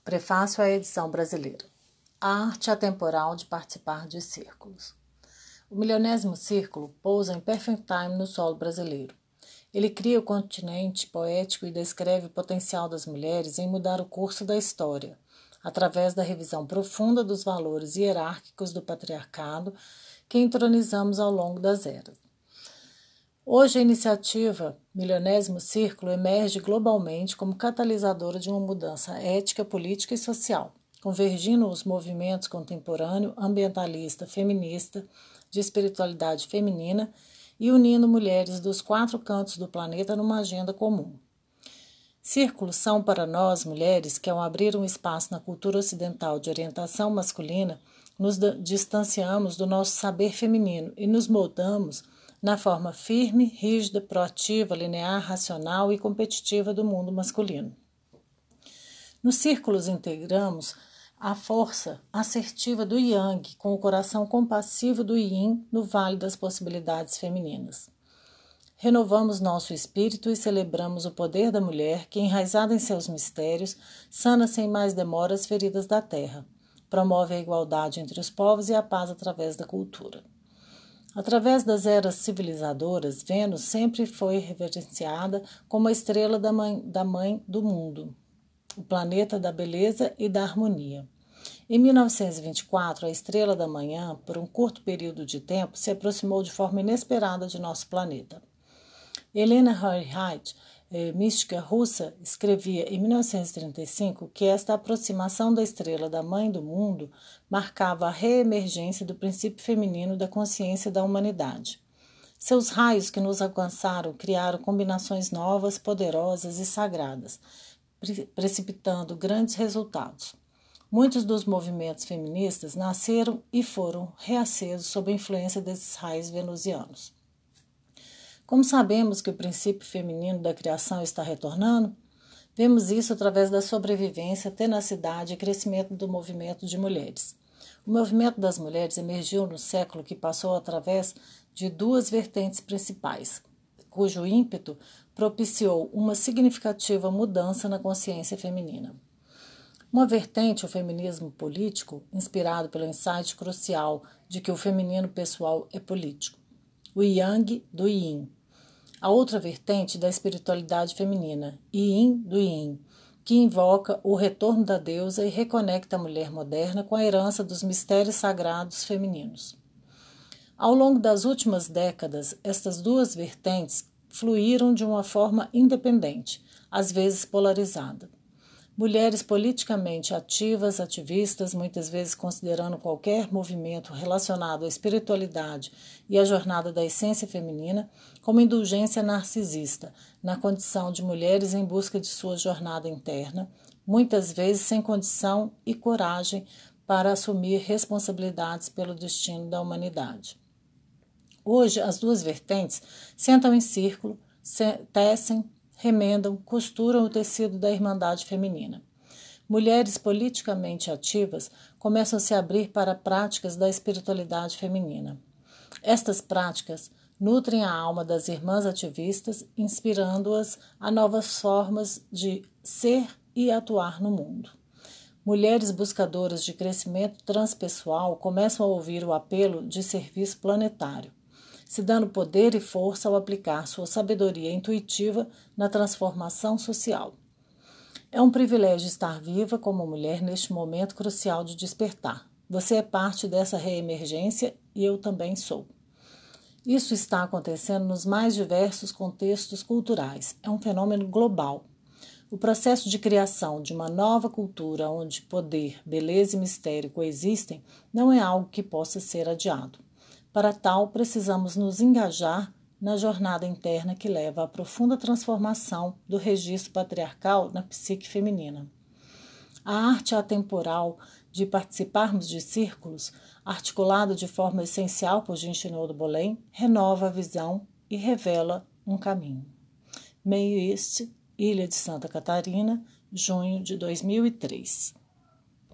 Prefácio à edição brasileira. A arte atemporal de participar de círculos. O milionésimo círculo pousa em perfect time no solo brasileiro. Ele cria o continente poético e descreve o potencial das mulheres em mudar o curso da história, através da revisão profunda dos valores hierárquicos do patriarcado que entronizamos ao longo das eras. Hoje a iniciativa Milionésimo Círculo emerge globalmente como catalisadora de uma mudança ética, política e social, convergindo os movimentos contemporâneo, ambientalista, feminista, de espiritualidade feminina e unindo mulheres dos 4 cantos do planeta numa agenda comum. Círculos são para nós, mulheres, que ao abrir um espaço na cultura ocidental de orientação masculina, nos distanciamos do nosso saber feminino e nos moldamos na forma firme, rígida, proativa, linear, racional e competitiva do mundo masculino. Nos círculos integramos a força assertiva do Yang com o coração compassivo do Yin no vale das possibilidades femininas. Renovamos nosso espírito e celebramos o poder da mulher que, enraizada em seus mistérios, sana sem mais demora as feridas da terra, promove a igualdade entre os povos e a paz através da cultura. Através das eras civilizadoras, Vênus sempre foi reverenciada como a estrela da mãe do mundo, o planeta da beleza e da harmonia. Em 1924, a estrela da manhã, por um curto período de tempo, se aproximou de forma inesperada de nosso planeta. Helena Horowitz, mística russa, escrevia em 1935 que esta aproximação da estrela da mãe do mundo marcava a reemergência do princípio feminino da consciência da humanidade. Seus raios que nos alcançaram criaram combinações novas, poderosas e sagradas, precipitando grandes resultados. Muitos dos movimentos feministas nasceram e foram reacesos sob a influência desses raios venusianos. Como sabemos que o princípio feminino da criação está retornando? Vemos isso através da sobrevivência, tenacidade e crescimento do movimento de mulheres. O movimento das mulheres emergiu no século que passou através de 2 vertentes principais, cujo ímpeto propiciou uma significativa mudança na consciência feminina. Uma vertente, o feminismo político, inspirado pelo insight crucial de que o feminino pessoal é político. O Yang do Yin. A outra vertente da espiritualidade feminina, Yin do Yin, que invoca o retorno da deusa e reconecta a mulher moderna com a herança dos mistérios sagrados femininos. Ao longo das últimas décadas, estas 2 vertentes fluíram de uma forma independente, às vezes polarizada. Mulheres politicamente ativas, ativistas, muitas vezes considerando qualquer movimento relacionado à espiritualidade e à jornada da essência feminina como indulgência narcisista, na condição de mulheres em busca de sua jornada interna, muitas vezes sem condição e coragem para assumir responsabilidades pelo destino da humanidade. Hoje, as 2 vertentes sentam em círculo, tecem, remendam, costuram o tecido da irmandade feminina. Mulheres politicamente ativas começam a se abrir para práticas da espiritualidade feminina. Estas práticas nutrem a alma das irmãs ativistas, inspirando-as a novas formas de ser e atuar no mundo. Mulheres buscadoras de crescimento transpessoal começam a ouvir o apelo de serviço planetário, se dando poder e força ao aplicar sua sabedoria intuitiva na transformação social. É um privilégio estar viva como mulher neste momento crucial de despertar. Você é parte dessa reemergência e eu também sou. Isso está acontecendo nos mais diversos contextos culturais. É um fenômeno global. O processo de criação de uma nova cultura onde poder, beleza e mistério coexistem não é algo que possa ser adiado. Para tal, precisamos nos engajar na jornada interna que leva à profunda transformação do registro patriarcal na psique feminina. A arte atemporal de participarmos de círculos, articulado de forma essencial por Jean Chinot de Bolin, renova a visão e revela um caminho. Meio Oeste, Ilha de Santa Catarina, junho de 2003.